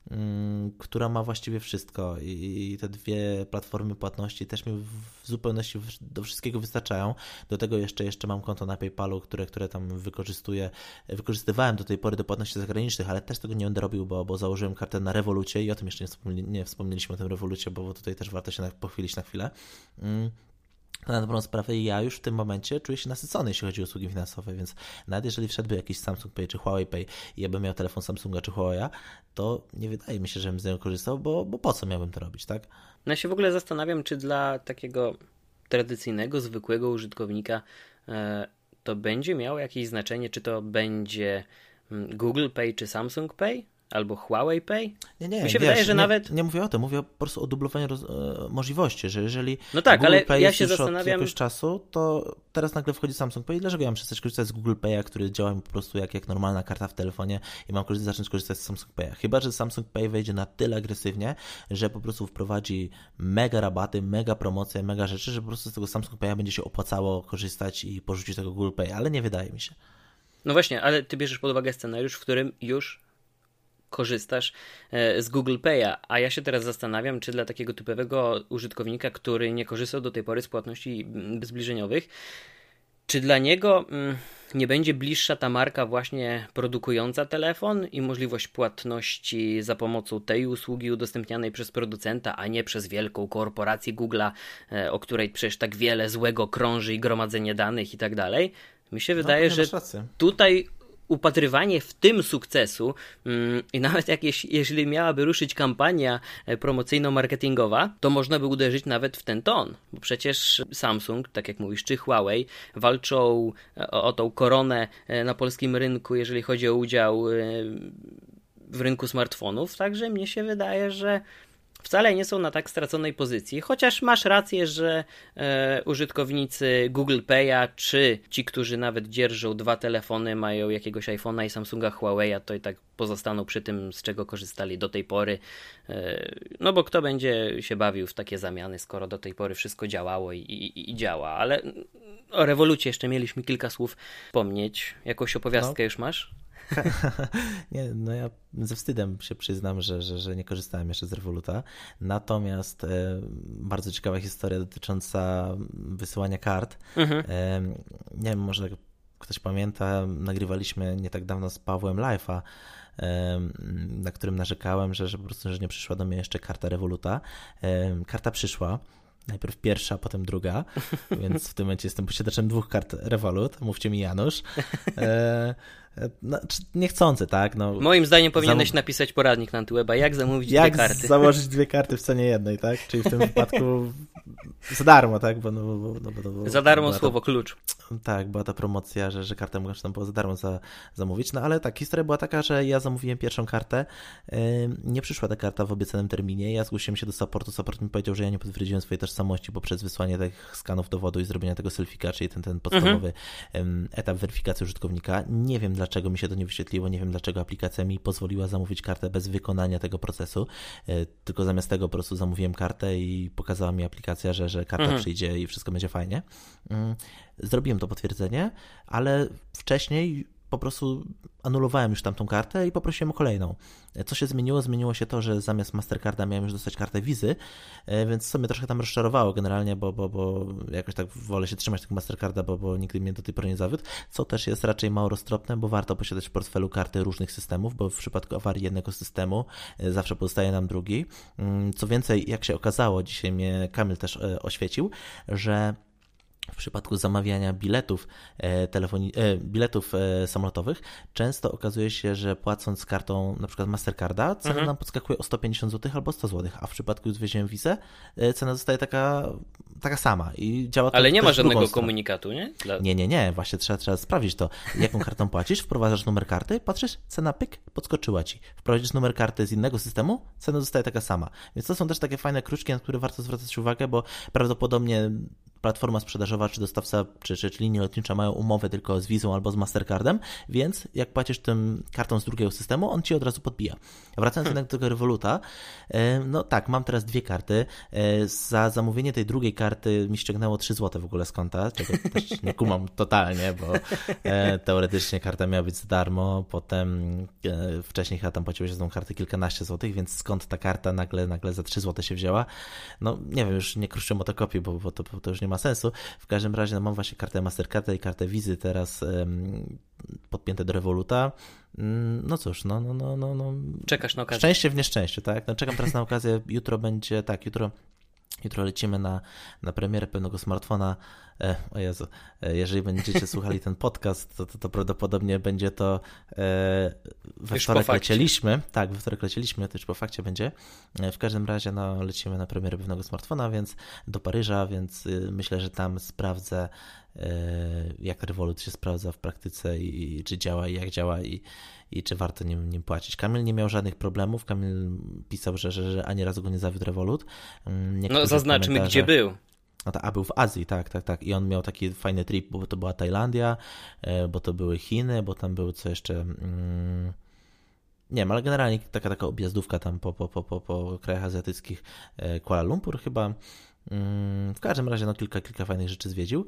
mm, która ma właściwie wszystko i, i te dwie platformy płatności też mi w zupełności do wszystkiego wystarczają. Do tego jeszcze jeszcze mam konto na PayPalu, które, które tam wykorzystuję, wykorzystywałem do tej pory do płatności zagranicznych, ale też tego nie będę robił, bo, bo założyłem kartę na Revolucie i o tym jeszcze nie, wspomnieli, nie wspomnieliśmy o tym Revolucie, bo tutaj też warto się pochylić na chwilę. Mm. Na dobrą sprawę ja już w tym momencie czuję się nasycony, jeśli chodzi o usługi finansowe, więc nawet jeżeli wszedłby jakiś Samsung Pay czy Huawei Pay i ja bym miał telefon Samsunga czy Huawei'a, to nie wydaje mi się, żebym z niego korzystał, bo, bo po co miałbym to robić, tak? No ja się w ogóle zastanawiam, czy dla takiego tradycyjnego, zwykłego użytkownika e, to będzie miało jakieś znaczenie, czy to będzie Google Pay czy Samsung Pay? Albo Huawei Pay? Nie, nie, Mi się wiesz, wydaje, że nie, nawet... Nie mówię o tym, mówię po prostu o dublowaniu roz... możliwości, że jeżeli no tak, Google ale Pay ja jest się już zastanawiam... od jakiegoś czasu, to teraz nagle wchodzi Samsung Pay. Dlaczego ja mam przestać korzystać z Google Pay'a, który działa mi po prostu jak, jak normalna karta w telefonie i mam korzystać, zacząć korzystać z Samsung Pay'a? Chyba że Samsung Pay wejdzie na tyle agresywnie, że po prostu wprowadzi mega rabaty, mega promocje, mega rzeczy, że po prostu z tego Samsung Pay'a będzie się opłacało korzystać i porzucić tego Google Pay, ale nie wydaje mi się. No właśnie, ale ty bierzesz pod uwagę scenariusz, w którym już korzystasz z Google Pay'a, a ja się teraz zastanawiam, czy dla takiego typowego użytkownika, który nie korzystał do tej pory z płatności zbliżeniowych, czy dla niego nie będzie bliższa ta marka właśnie produkująca telefon i możliwość płatności za pomocą tej usługi udostępnianej przez producenta, a nie przez wielką korporację Google'a, o której przecież tak wiele złego krąży i gromadzenie danych i tak dalej. Mi się wydaje, no, że tutaj upatrywanie w tym sukcesu yy, i nawet jakieś, jeżeli miałaby ruszyć kampania promocyjno-marketingowa, to można by uderzyć nawet w ten ton, bo przecież Samsung, tak jak mówisz, czy Huawei walczą o, o tą koronę na polskim rynku, jeżeli chodzi o udział yy, w rynku smartfonów, także mnie się wydaje, że wcale nie są na tak straconej pozycji, chociaż masz rację, że e, użytkownicy Google Pay'a, czy ci, którzy nawet dzierżą dwa telefony, mają jakiegoś iPhone'a i Samsunga Huawei'a, to i tak pozostaną przy tym, z czego korzystali do tej pory. E, no bo kto będzie się bawił w takie zamiany, skoro do tej pory wszystko działało i, i, i działa. Ale o Revolucie jeszcze mieliśmy kilka słów wspomnieć. Jakąś opowiastkę no. już masz? Nie, no ja ze wstydem się przyznam, że, że, że nie korzystałem jeszcze z Revoluta. Natomiast e, bardzo ciekawa historia dotycząca wysyłania kart. Mhm. E, nie wiem, może ktoś pamięta, nagrywaliśmy nie tak dawno z Pawłem live'a, e, na którym narzekałem, że, że po prostu że nie przyszła do mnie jeszcze karta Revoluta. E, karta przyszła. Najpierw pierwsza, potem druga, więc w tym momencie jestem posiadaczem dwóch kart Revolut. Mówcie mi Janusz. E, no, niechcący, tak? No, moim zdaniem powinieneś zam... napisać poradnik na Antyweba, jak zamówić jak dwie karty. Jak założyć dwie karty w cenie jednej, tak? Czyli w tym wypadku za darmo, tak? Bo, no, bo, no, bo, bo, za darmo słowo ta... klucz. Tak, była ta promocja, że, że kartę można było za darmo za, zamówić. No ale tak, historia była taka, że ja zamówiłem pierwszą kartę, yy, nie przyszła ta karta w obiecanym terminie, ja zgłosiłem się do supportu, support mi powiedział, że ja nie potwierdziłem swojej tożsamości poprzez wysłanie tych skanów dowodu i zrobienia tego selfika, czyli ten, ten podstawowy mhm. yy, etap weryfikacji użytkownika. Nie wiem, dlaczego mi się to nie wyświetliło, nie wiem, dlaczego aplikacja mi pozwoliła zamówić kartę bez wykonania tego procesu, yy, tylko zamiast tego po prostu zamówiłem kartę i pokazała mi aplikacja, że, że karta mhm. przyjdzie i wszystko będzie fajnie. Yy. Zrobiłem to potwierdzenie, ale wcześniej po prostu anulowałem już tamtą kartę i poprosiłem o kolejną. Co się zmieniło? Zmieniło się to, że zamiast Mastercarda miałem już dostać kartę Wizy, więc co mnie troszkę tam rozczarowało generalnie, bo, bo, bo jakoś tak wolę się trzymać tego Mastercarda, bo, bo nigdy mnie do tej pory nie zawiódł, co też jest raczej mało roztropne, bo warto posiadać w portfelu karty różnych systemów, bo w przypadku awarii jednego systemu zawsze pozostaje nam drugi. Co więcej, jak się okazało, dzisiaj mnie Kamil też oświecił, że w przypadku zamawiania biletów, e, telefoni- e, biletów e, samolotowych często okazuje się, że płacąc kartą na przykład Mastercarda cena mhm. nam podskakuje o sto pięćdziesiąt złotych albo sto złotych, a w przypadku, gdy weźmiemy Vizę, e, cena zostaje taka, taka sama i działa to. Ale nie ma żadnego komunikatu, nie? Dla... Nie, nie, nie, właśnie trzeba, trzeba sprawdzić to, jaką kartą płacisz, wprowadzasz numer karty, patrzysz, cena pyk, podskoczyła ci. Wprowadzisz numer karty z innego systemu, cena zostaje taka sama. Więc to są też takie fajne kruczki, na które warto zwracać uwagę, bo prawdopodobnie platforma sprzedażowa, czy dostawca, czy, czy, czy linia lotnicza mają umowę tylko z Vizą albo z Mastercardem, więc jak płacisz tym kartą z drugiego systemu, on ci od razu podbija. Wracając hmm. jednak do tego Revoluta, no tak, mam teraz dwie karty. Za zamówienie tej drugiej karty mi ściągnęło trzy złote w ogóle z konta, czego też nie kumam totalnie, bo teoretycznie karta miała być za darmo, potem wcześniej chyba tam płaciłeś za tą kartę kilkanaście złotych, więc skąd ta karta nagle, nagle za trzy złote się wzięła? No nie wiem, już nie kruszczę motokopii, bo, bo, to, bo to już nie ma sensu. W każdym razie no, mam właśnie kartę Mastercarda i kartę Wizy teraz um, podpięte do Revoluta. Um, no cóż, no, no, no, no, no. Czekasz na okazję. Szczęście w nieszczęściu, tak? No, czekam teraz na okazję. Jutro będzie, tak, jutro Jutro lecimy na, na premierę pewnego smartfona. E, o Jezu, e, jeżeli będziecie słuchali ten podcast, to, to, to prawdopodobnie będzie to e, we już wtorek lecieliśmy. Tak, we wtorek lecieliśmy, to już po fakcie będzie. E, w każdym razie no, lecimy na premierę pewnego smartfona, więc do Paryża, więc y, myślę, że tam sprawdzę, e, jak Revolut się sprawdza w praktyce i, i czy działa i jak działa i i czy warto nim, nim płacić. Kamil nie miał żadnych problemów. Kamil pisał, że, że, że ani razu go nie zawiódł Revolut. No zaznaczmy, gdzie był. No to, a był w Azji, tak, tak, tak. I on miał taki fajny trip, bo to była Tajlandia, bo to były Chiny, bo tam było co jeszcze... Hmm, nie wiem, ale generalnie taka taka objazdówka tam po, po, po, po, po krajach azjatyckich, Kuala Lumpur chyba. W każdym razie no kilka, kilka fajnych rzeczy zwiedził.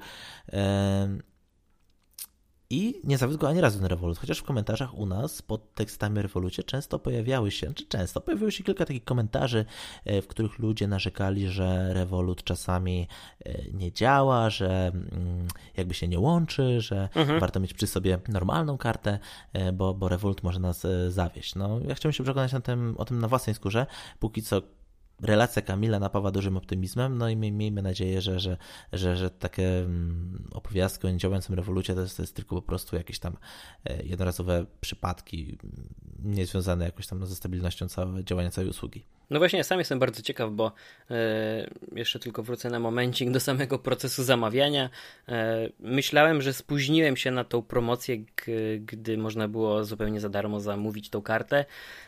I nie zawiódł go ani razu na Revolut, chociaż w komentarzach u nas pod tekstami o Revolucie często pojawiały się, czy często pojawiło się kilka takich komentarzy, w których ludzie narzekali, że Revolut czasami nie działa, że jakby się nie łączy, że mhm. warto mieć przy sobie normalną kartę, bo, bo Revolut może nas zawieść. No, ja chciałem się przekonać na tym, o tym na własnej skórze, póki co relacja Kamila napawa dużym optymizmem, no i miejmy nadzieję, że, że, że, że takie opowiastki o niedziałającym Revolucie to jest, to jest tylko po prostu jakieś tam jednorazowe przypadki, niezwiązane jakoś tam ze stabilnością całe, działania całej usługi. No właśnie, ja sam jestem bardzo ciekaw, bo e, jeszcze tylko wrócę na momencik do samego procesu zamawiania. E, myślałem, że spóźniłem się na tą promocję, g, gdy można było zupełnie za darmo zamówić tą kartę,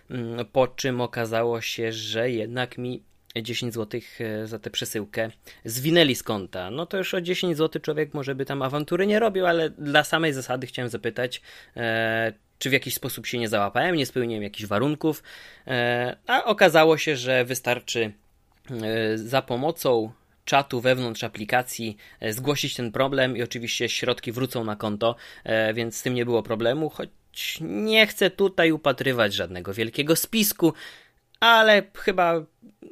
po czym okazało się, że jednak mi dziesięć złotych za tę przesyłkę zwinęli z konta. No to już o dziesięć złotych człowiek może by tam awantury nie robił, ale dla samej zasady chciałem zapytać, e, czy w jakiś sposób się nie załapałem, nie spełniłem jakichś warunków, e, a okazało się, że wystarczy e, za pomocą czatu wewnątrz aplikacji e, zgłosić ten problem i oczywiście środki wrócą na konto, e, więc z tym nie było problemu, choć nie chcę tutaj upatrywać żadnego wielkiego spisku, ale chyba,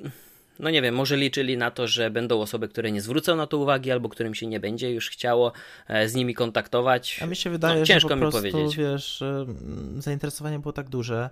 no nie wiem, może liczyli na to, że będą osoby, które nie zwrócą na to uwagi, albo którym się nie będzie już chciało z nimi kontaktować. A mi się wydaje, no, ciężko że po mi prostu, powiedzieć. Wiesz, zainteresowanie było tak duże,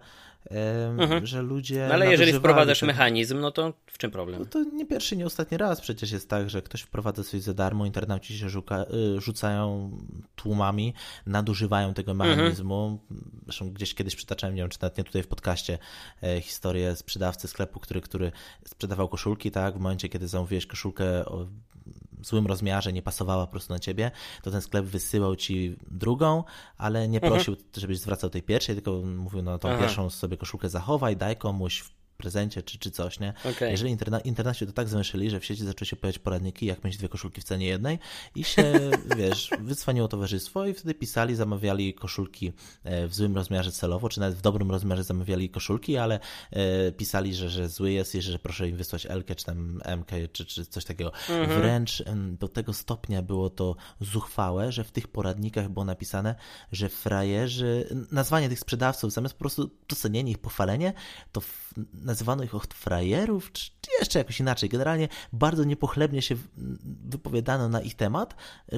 mhm. że ludzie no, ale jeżeli wprowadzasz tego mechanizm, no to w czym problem? No to nie pierwszy, nie ostatni raz przecież jest tak, że ktoś wprowadza coś za darmo, internauci się rzuka, rzucają tłumami, nadużywają tego mechanizmu. Mhm. Zresztą gdzieś kiedyś przytaczałem, nie wiem, czy nawet nie tutaj w podcaście, e, historię sprzedawcy sklepu, który, który sprzedawał koszulki, tak, w momencie, kiedy zamówiłeś koszulkę o złym rozmiarze, nie pasowała po prostu na ciebie, to ten sklep wysyłał ci drugą, ale nie prosił, mhm. żebyś zwracał tej pierwszej, tylko mówił, no tą Aha. pierwszą sobie koszulkę zachowaj, daj komuś, prezencie czy, czy coś, nie? Okay. Jeżeli interna- internaci to tak zwęszyli, że w sieci zaczęły się pojawiać poradniki, jak mieć dwie koszulki w cenie jednej i się, wiesz, wycwaniło towarzystwo i wtedy pisali, zamawiali koszulki w złym rozmiarze celowo, czy nawet w dobrym rozmiarze zamawiali koszulki, ale e, pisali, że, że zły jest i że proszę im wysłać L-kę, czy tam M-kę, czy, czy coś takiego. Mhm. Wręcz em, do tego stopnia było to zuchwałe, że w tych poradnikach było napisane, że frajerzy, nazwanie tych sprzedawców, zamiast po prostu docenienie ich, pochwalenie, to f- nazywano ich od frajerów, czy jeszcze jakoś inaczej. Generalnie bardzo niepochlebnie się wypowiadano na ich temat,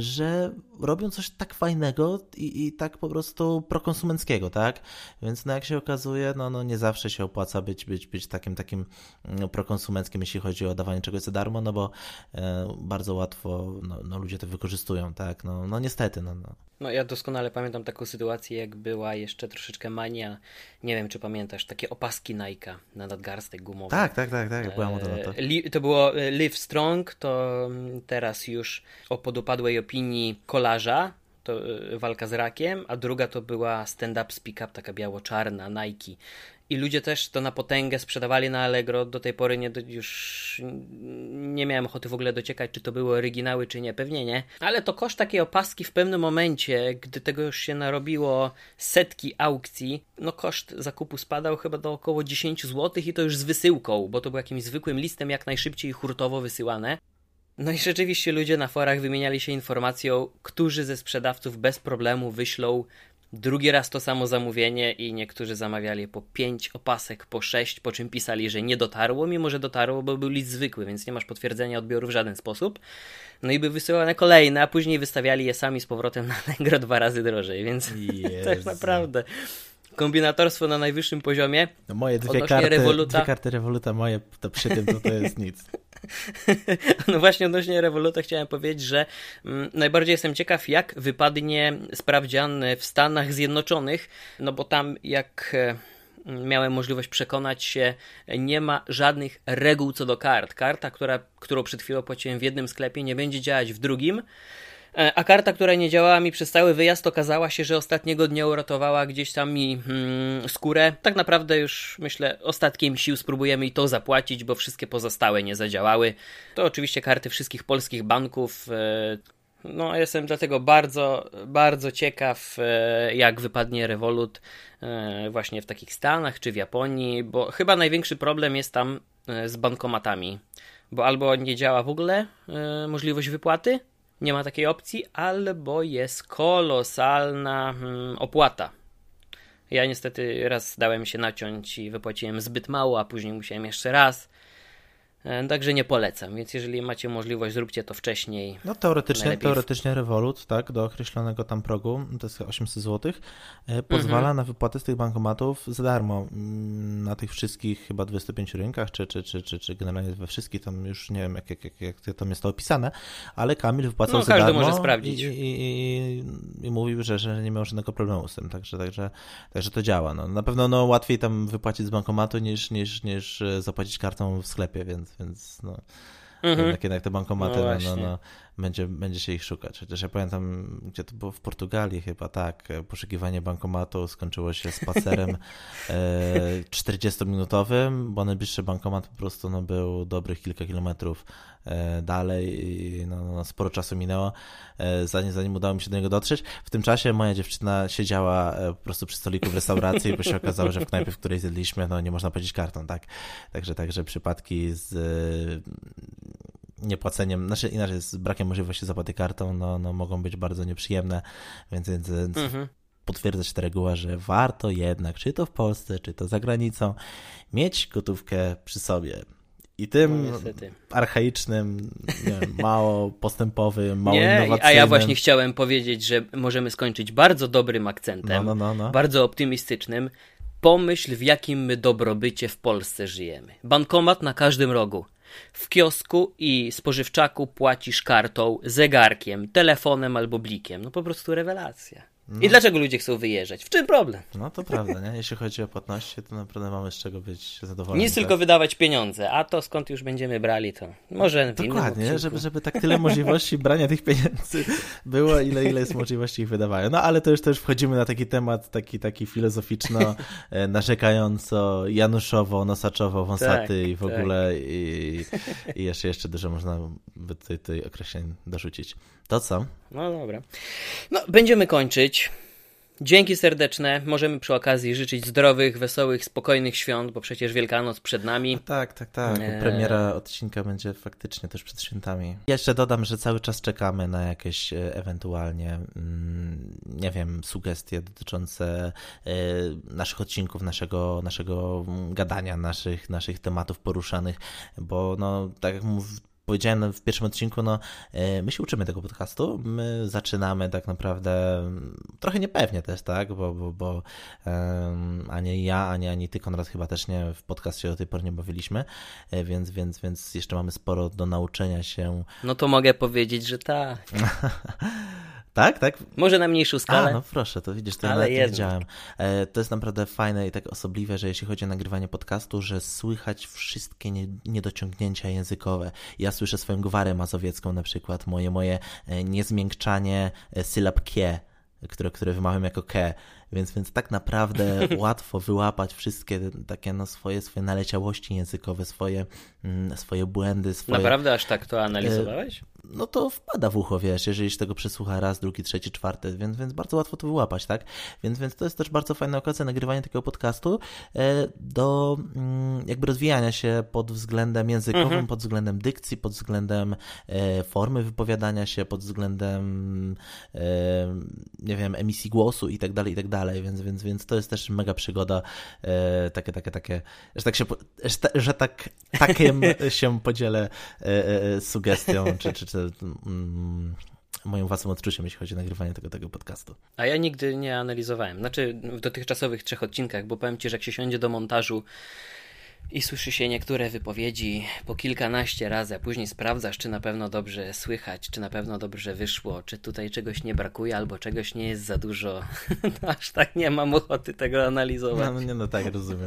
że robią coś tak fajnego i, i tak po prostu prokonsumenckiego, tak? Więc no jak się okazuje, no, no nie zawsze się opłaca być, być, być takim takim prokonsumenckim, jeśli chodzi o dawanie czegoś za darmo, no bo e, bardzo łatwo no, no ludzie to wykorzystują, tak? No, no niestety, no, no. No ja doskonale pamiętam taką sytuację, jak była jeszcze troszeczkę mania, nie wiem czy pamiętasz, takie opaski Nike'a na nadgarstek gumowy. Tak, tak, tak, tak, była moda na to. To było Live Strong, to teraz już o podupadłej opinii kolarza, to walka z rakiem, a druga to była stand-up speak-up, taka biało-czarna, Nike. I ludzie też to na potęgę sprzedawali na Allegro. Do tej pory nie, do, już nie miałem ochoty w ogóle dociekać, czy to były oryginały, czy nie. Pewnie nie. Ale to koszt takiej opaski w pewnym momencie, gdy tego już się narobiło setki aukcji, no koszt zakupu spadał chyba do około dziesięć złotych i to już z wysyłką, bo to był jakimś zwykłym listem jak najszybciej hurtowo wysyłane. No i rzeczywiście ludzie na forach wymieniali się informacją, którzy ze sprzedawców bez problemu wyślą drugi raz to samo zamówienie i niektórzy zamawiali po pięć opasek, po sześć, po czym pisali, że nie dotarło, mimo że dotarło, bo był list zwykły, więc nie masz potwierdzenia odbioru w żaden sposób. No i by wysyłane kolejne, a później wystawiali je sami z powrotem na Allegro dwa razy drożej, więc tak naprawdę kombinatorstwo na najwyższym poziomie. No moje dwie karty, Revoluta... dwie karty Revoluta moje, to przy tym to, to jest nic. No właśnie odnośnie Revoluta chciałem powiedzieć, że mm, najbardziej jestem ciekaw, jak wypadnie sprawdzian w Stanach Zjednoczonych, no bo tam jak e, miałem możliwość przekonać się, nie ma żadnych reguł co do kart. Karta, która, którą przed chwilą płaciłem w jednym sklepie, nie będzie działać w drugim. A karta, która nie działała mi przez cały wyjazd, okazała się, że ostatniego dnia uratowała gdzieś tam mi hmm, skórę. Tak naprawdę już myślę, ostatkiem sił spróbujemy i to zapłacić, bo wszystkie pozostałe nie zadziałały. To oczywiście karty wszystkich polskich banków. No jestem dlatego bardzo, bardzo ciekaw, jak wypadnie Revolut właśnie w takich Stanach czy w Japonii, bo chyba największy problem jest tam z bankomatami, bo albo nie działa w ogóle możliwość wypłaty, nie ma takiej opcji, albo jest kolosalna hmm, opłata. Ja niestety raz dałem się naciąć i wypłaciłem zbyt mało, a później musiałem jeszcze raz. Także nie polecam, więc jeżeli macie możliwość, zróbcie to wcześniej. No teoretycznie, teoretycznie Revolut, tak, do określonego tam progu, to jest osiemset złotych, pozwala mhm. na wypłatę z tych bankomatów za darmo na tych wszystkich chyba dwudziestu pięciu rynkach, czy, czy, czy, czy, czy generalnie we wszystkich, tam już nie wiem jak, jak, jak, jak tam jest to opisane, ale Kamil wypłacał no, za darmo. Każdy może sprawdzić. I, i, i, i mówił, że, że nie miał żadnego problemu z tym, także, także, także to działa. No. Na pewno no, łatwiej tam wypłacić z bankomatu niż, niż, niż zapłacić kartą w sklepie, więc więc no, mm-hmm. jednak, jednak te bankomaty, no, no, no, będzie, będzie się ich szukać. Chociaż ja pamiętam, gdzie to było w Portugalii chyba, tak, poszukiwanie bankomatu skończyło się spacerem e, czterdziestominutowym, bo najbliższy bankomat po prostu no, był dobrych kilka kilometrów e, dalej i no, no, sporo czasu minęło, e, zanim, zanim udało mi się do niego dotrzeć. W tym czasie moja dziewczyna siedziała e, po prostu przy stoliku w restauracji, bo się okazało, że w knajpie, w której zjedliśmy, no nie można płacić kartą, tak? Także, także przypadki z e, niepłaceniem, znaczy inaczej z brakiem możliwości zapłaty kartą, no, no mogą być bardzo nieprzyjemne, więc, więc, więc mhm. potwierdza się ta reguła, że warto jednak, czy to w Polsce, czy to za granicą, mieć gotówkę przy sobie. I tym no, archaicznym, nie wiem, mało postępowym, mało nie, innowacyjnym. A ja właśnie chciałem powiedzieć, że możemy skończyć bardzo dobrym akcentem, no, no, no, no. bardzo optymistycznym. Pomyśl, w jakim my dobrobycie w Polsce żyjemy. Bankomat na każdym rogu. W kiosku i spożywczaku płacisz kartą, zegarkiem, telefonem albo blikiem. No po prostu rewelacja. I dlaczego ludzie chcą wyjeżdżać? W czym problem? No to prawda, nie? Jeśli chodzi o płatności, to naprawdę mamy z czego być zadowoleni. Nic tak? tylko wydawać pieniądze, a to skąd już będziemy brali, to może w Dokładnie, żeby, żeby tak tyle możliwości brania tych pieniędzy było, ile, ile jest możliwości ich wydawania. No ale to już też wchodzimy na taki temat, taki, taki filozoficzno, narzekająco, januszowo, nosaczowo, wąsaty tak, i w tak. ogóle i, i jeszcze, jeszcze dużo można by tutaj, tutaj określeń dorzucić. To co? No dobra. No, będziemy kończyć. Dzięki serdeczne. Możemy przy okazji życzyć zdrowych, wesołych, spokojnych świąt, bo przecież Wielkanoc przed nami. No tak, tak, tak. Premiera odcinka będzie faktycznie też przed świętami. Ja jeszcze dodam, że cały czas czekamy na jakieś ewentualnie, nie wiem, sugestie dotyczące naszych odcinków, naszego, naszego gadania, naszych, naszych tematów poruszanych, bo no, tak jak mówię, powiedziałem w pierwszym odcinku, no my się uczymy tego podcastu, my zaczynamy tak naprawdę trochę niepewnie też, tak, bo, bo, bo um, ani ja, ani, ani ty, Konrad, chyba też nie w podcast się do tej pory nie bawiliśmy, więc, więc, więc jeszcze mamy sporo do nauczenia się. No to mogę powiedzieć, że tak. Tak, tak? Może na mniejszą skalę. A, no proszę, to widzisz, to ja nawet nie wiedziałem. To jest naprawdę fajne i tak osobliwe, że jeśli chodzi o nagrywanie podcastu, że słychać wszystkie nie, niedociągnięcia językowe. Ja słyszę swoją gwarę mazowiecką na przykład, moje, moje niezmiękczanie sylab kie, które, które wymawiam jako ke. Więc, więc tak naprawdę łatwo wyłapać wszystkie takie no, swoje, swoje naleciałości językowe, swoje, mm, swoje błędy. Swoje... Naprawdę aż tak to analizowałeś? No to wpada w ucho, wiesz, jeżeli się tego przesłucha raz, drugi, trzeci, czwarty, więc, więc bardzo łatwo to wyłapać, tak? Więc, więc to jest też bardzo fajna okazja nagrywania takiego podcastu do jakby rozwijania się pod względem językowym, mhm. pod względem dykcji, pod względem formy wypowiadania się, pod względem nie wiem, emisji głosu i tak dalej, i tak dalej, więc, więc, więc to jest też mega przygoda, takie, takie, takie, że tak się, że, że tak, takiem się podzielę sugestią, czy, czy, czy mm, moim własnym odczuciem, jeśli chodzi o nagrywanie tego, tego podcastu. A ja nigdy nie analizowałem. Znaczy w dotychczasowych trzech odcinkach, bo powiem ci, że jak się siądzie do montażu i słyszy się niektóre wypowiedzi po kilkanaście razy, a później sprawdzasz, czy na pewno dobrze słychać, czy na pewno dobrze wyszło, czy tutaj czegoś nie brakuje, albo czegoś nie jest za dużo. No, aż tak nie mam ochoty tego analizować. No, no nie, no tak, rozumiem.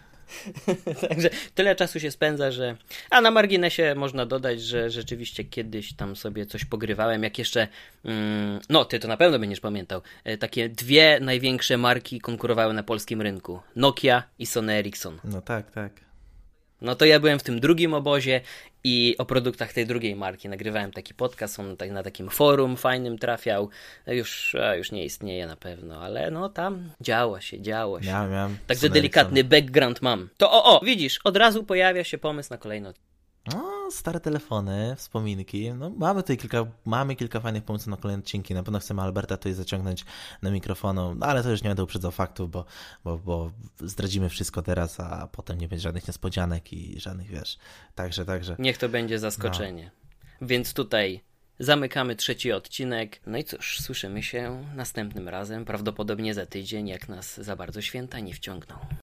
Także tyle czasu się spędza, że... A na marginesie można dodać, że rzeczywiście kiedyś tam sobie coś pogrywałem, jak jeszcze... Mm, no, ty to na pewno będziesz pamiętał. Takie dwie największe marki konkurowały na polskim rynku. Nokia i Sony Ericsson. No tak, tak. No to ja byłem w tym drugim obozie i o produktach tej drugiej marki nagrywałem taki podcast, on tak na takim forum fajnym trafiał, już, a już nie istnieje na pewno, ale no tam działo się, działo się. Ja miałem Także delikatny background mam. To o, o, widzisz, od razu pojawia się pomysł na kolejny odcinek. No, stare telefony, wspominki. No, mamy tutaj kilka, mamy kilka fajnych pomysłów na kolejne odcinki. Na pewno chcemy Alberta tutaj zaciągnąć na mikrofonu, no, ale to już nie będę uprzedzał faktów, bo, bo, bo zdradzimy wszystko teraz, a potem nie będzie żadnych niespodzianek i żadnych, wiesz. Także, także. Niech to będzie zaskoczenie. No. Więc tutaj zamykamy trzeci odcinek. No i cóż, słyszymy się następnym razem, prawdopodobnie za tydzień, jak nas za bardzo święta nie wciągną.